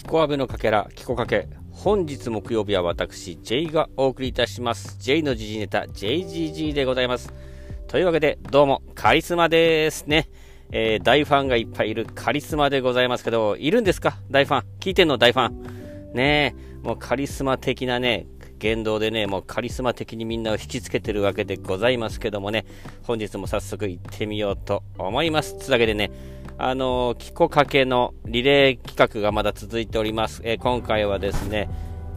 コアベのかけら、キコかけ。本日木曜日は私 J がお送りいたします。 J の時事ネタ JGG でございます。というわけでどうもカリスマですね。大ファンがいっぱいいるカリスマでございますけど、いるんですか大ファン、聞いてんの大ファンねえ。もうカリスマ的なね言動でね、もうカリスマ的にみんなを引きつけてるわけでございますけどもね、本日も早速行ってみようと思います。というわけでね、キコかけのリレー企画がまだ続いております。今回はですね、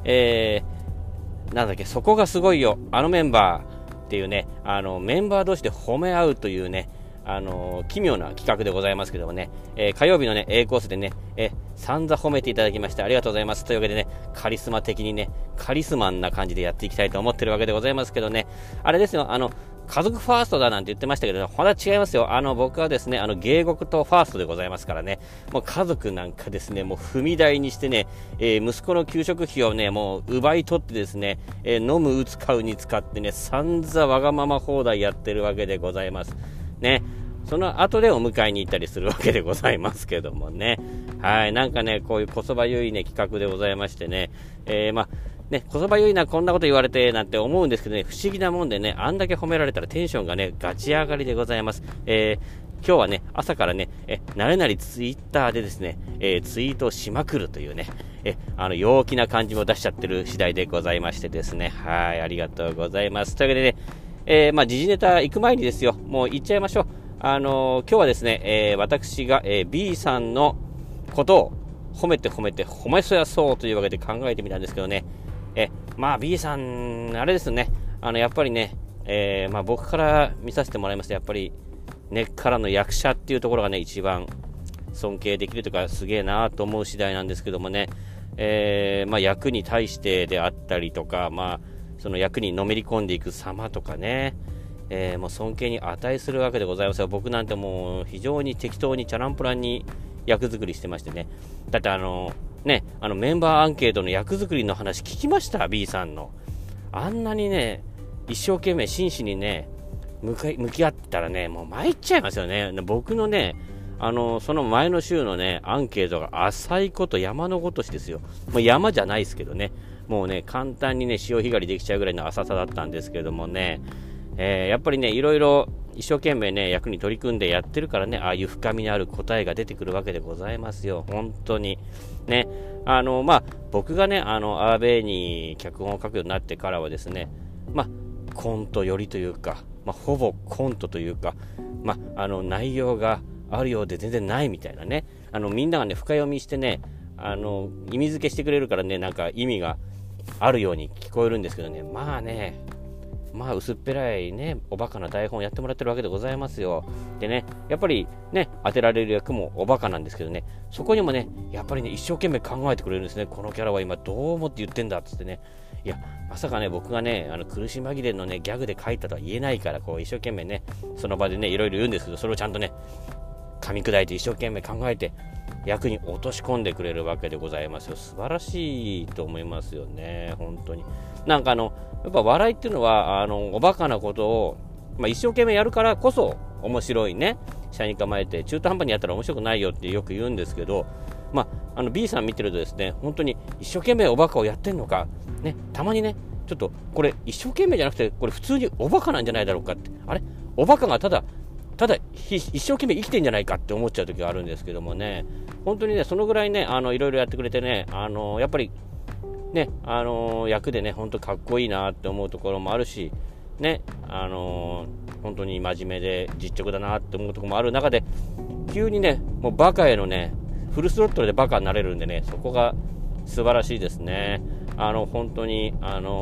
なんだっけ、そこがすごいよ、あのメンバーっていうね、メンバー同士で褒め合うというね、奇妙な企画でございますけどもね、火曜日のね A コースでね、散々褒めていただきましてありがとうございます。というわけでね、カリスマ的にね、カリスマンな感じでやっていきたいと思ってるわけでございますけどね、あれですよ、家族ファーストだなんて言ってましたけど、ほら違いますよ。僕はですね、芸国とファーストでございますからね、もう家族なんかですね、もう踏み台にしてね、息子の給食費をね、もう奪い取ってですね、飲む、打つ、買うに使ってね、散々わがまま放題やってるわけでございますね。その後でお迎えに行ったりするわけでございますけどもね。はい、なんかね、こういうこそばゆいね企画でございましてね、ね、こそばゆいな、こんなこと言われてなんて思うんですけどね、不思議なもんでね、あんだけ褒められたらテンションがね、ガチ上がりでございます。今日はね、朝からね、なれなりツイッターでですね、ツイートをしまくるというね、陽気な感じも出しちゃってる次第でございましてですね、はい、ありがとうございます。というわけでね、時事ネタ行く前にですよ、もう行っちゃいましょう。今日はですね、私が、B さんのことを褒めそやそうというわけで考えてみたんですけどね、B さん、あれですね、やっぱりね、僕から見させてもらいますと、やっぱり根っからの役者っていうところがね、一番尊敬できるというか、すげえなと思う次第なんですけどもね、役に対してであったりとか、その役にのめり込んでいく様とかね、もう尊敬に値するわけでございますよ。僕なんてもう非常に適当にチャランプランに役作りしてましてね、だってメンバーアンケートの役作りの話聞きました B さんの。あんなにね、一生懸命真摯にね向き合ったらね、もう参っちゃいますよね。僕のね、その前の週のねアンケートが浅いこと山のごとしですよ。もう山じゃないですけどね、もうね簡単にね潮干狩りできちゃうぐらいの浅さだったんですけどもね、やっぱりね、いろいろ一生懸命ね役に取り組んでやってるからね、ああいう深みのある答えが出てくるわけでございますよ。本当にね、僕がねアーベイに脚本を書くようになってからはですね、コント寄りというか、ほぼコントというか、内容があるようで全然ないみたいなね、みんながね深読みしてね、意味付けしてくれるからね、なんか意味があるように聞こえるんですけどね、薄っぺらいねおバカな台本をやってもらってるわけでございますよ。でね、やっぱりね当てられる役もおバカなんですけどね、そこにもねやっぱりね一生懸命考えてくれるんですね。このキャラは今どう思って言ってんだっつってね、いやまさかね僕がね苦し紛れのねギャグで書いたとは言えないから、こう一生懸命ねその場でねいろいろ言うんですけど、それをちゃんとね噛み砕いて一生懸命考えて役に落とし込んでくれるわけでございますよ。素晴らしいと思いますよね、本当に。なんかやっぱ笑いっていうのはおバカなことを、一生懸命やるからこそ面白いね。社に構えて中途半端にやったら面白くないよってよく言うんですけど、B さん見てるとですね、本当に一生懸命おバカをやってんのかね、たまにねちょっとこれ一生懸命じゃなくてこれ普通におバカなんじゃないだろうかって、あれおバカがただ一生懸命生きてんじゃないかって思っちゃう時があるんですけどもね、本当にねそのぐらいねいろいろやってくれてね、やっぱりね役でね本当かっこいいなって思うところもあるしね、本当に真面目で実直だなって思うところもある中で、急にねもうバカへのねフルスロットルでバカになれるんでね、そこが素晴らしいですね。本当に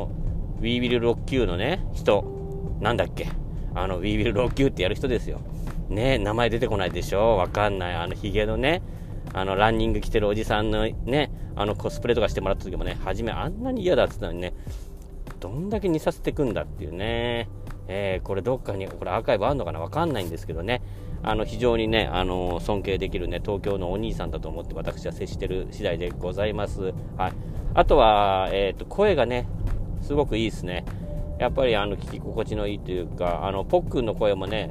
We Will Rock You のね人なんだっけ、We Will Rock You ってやる人ですよね。名前出てこないでしょ、わかんない。ヒゲのねランニング着てるおじさんのねコスプレとかしてもらった時もね、初めあんなに嫌だって言ったのにね、どんだけ似させてくんだっていうね、これどっかにこれアーカイブあるのかな、わかんないんですけどね、非常にね尊敬できるね東京のお兄さんだと思って私は接してる次第でございます。はい。あとは声がねすごくいいですね。やっぱり聞き心地のいいというか、ポックンの声もね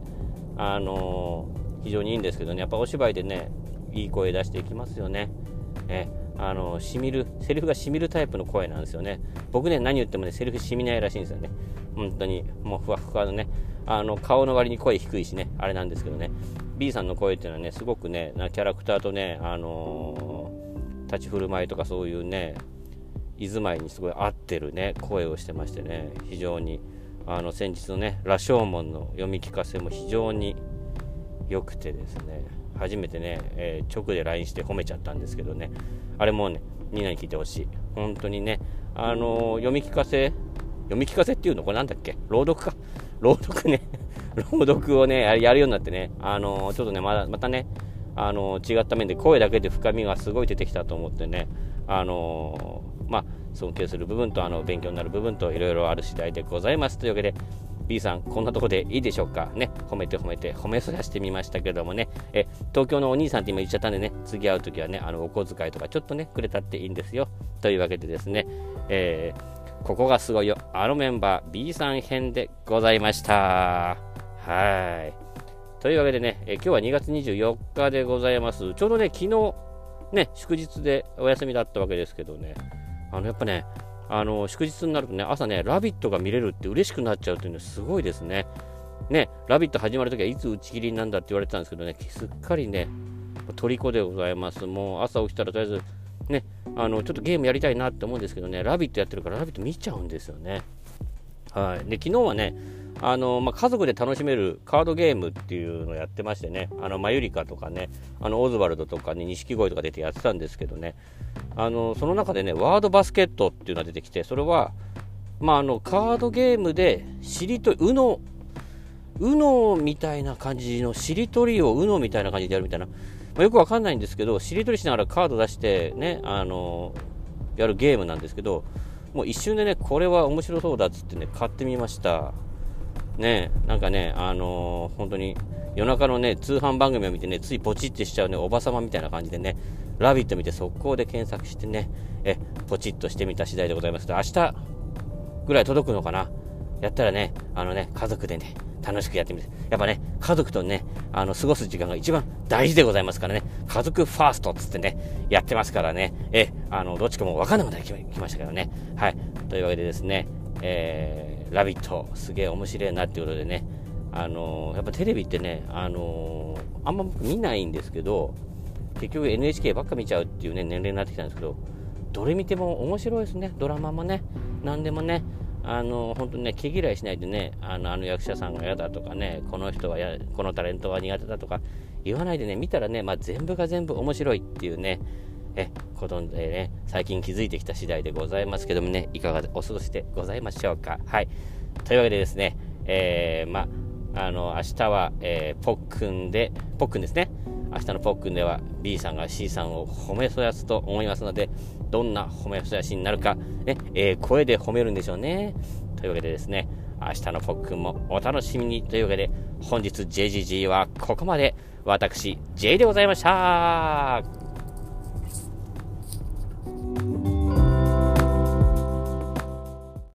非常にいいんですけどね、やっぱお芝居でねいい声出していきますよね。 セリフが染みるタイプの声なんですよね。僕ね、何言ってもね、セリフ染みないらしいんですよね。本当に、もうふわふわのね、顔の割に声低いしね、あれなんですけどね、B さんの声っていうのはね、すごくね、キャラクターとね、立ち振る舞いとかそういうね、居住まいにすごい合ってるね、声をしてましてね、非常に、先日のね、羅生門の読み聞かせも非常に良くてですね、初めてね、直で LINE して褒めちゃったんですけどね、あれもね、みんなに聞いてほしい。本当にね、読み聞かせっていうのこれなんだっけ、朗読ね朗読をねやるようになってね、ちょっとねまたね違った面で声だけで深みがすごい出てきたと思ってね、尊敬する部分と勉強になる部分といろいろある次第でございます。というわけで B さん、こんなとこでいいでしょうかね。褒めそらしてみましたけどもね、東京のお兄さんって今言っちゃったんでね、次会うときはね、お小遣いとかちょっとねくれたっていいんですよ。というわけでですね、ここがすごいよ、メンバー B さん編でございました。はい。というわけでね、今日は2月24日でございます。ちょうどね、昨日ね、祝日でお休みだったわけですけどね、やっぱね、祝日になるとね、朝ね、ラビットが見れるって嬉しくなっちゃうっていうのはすごいですね。ね、ラビット始まるときはいつ打ち切りなんだって言われてたんですけどね、すっかりね、虜でございます。もう朝起きたらとりあえず、ね、ちょっとゲームやりたいなって思うんですけどね、ラビットやってるからラビット見ちゃうんですよね。はい。で、昨日はね、家族で楽しめるカードゲームっていうのをやってましてね、マユリカとかね、オズワルドとかね、錦鯉とか出てやってたんですけどね、その中でね、ワードバスケットっていうのが出てきて、それは、カードゲームでUNOみたいな感じの、しりとりをUNOみたいな感じでやるみたいな、よくわかんないんですけど、しりとりしながらカード出してね、やるゲームなんですけど、もう一瞬でね、これは面白そうだっつってね、買ってみました。ね、なんかね、本当に夜中のね、通販番組を見てね、ついポチってしちゃうね、おばさまみたいな感じでね、ラビット見て速攻で検索してね、ポチッとしてみた次第でございます。明日ぐらい届くのかな。やったらね、家族でね、楽しくやってみて、やっぱね、家族とね、過ごす時間が一番大事でございますからね、家族ファーストっつってね、やってますからね、どっちかも分かんなくなってきましたけどね。はい。というわけでですね、ラビット、すげえ面白いなっていうことでね、やっぱテレビってね、あんま見ないんですけど、結局 NHK ばっか見ちゃうっていうね、年齢になってきたんですけど、どれ見ても面白いですね。ドラマもね、何でもね、本当にね、毛嫌いしないでね、役者さんが嫌だとかね、このタレントは苦手だとか言わないでね、見たらね、全部が全部面白いっていうね、ことでね、最近気づいてきた次第でございますけどもね、いかがお過ごしでございましょうか。はい。というわけでですね、明日は、ポックンですね。明日のポックンでは B さんが C さんを褒めそやすと思いますので、どんな褒めそやしになるか、ね、声で褒めるんでしょうね。というわけでですね、明日のポックンもお楽しみにというわけで、本日 JGG はここまで。私 J でございました。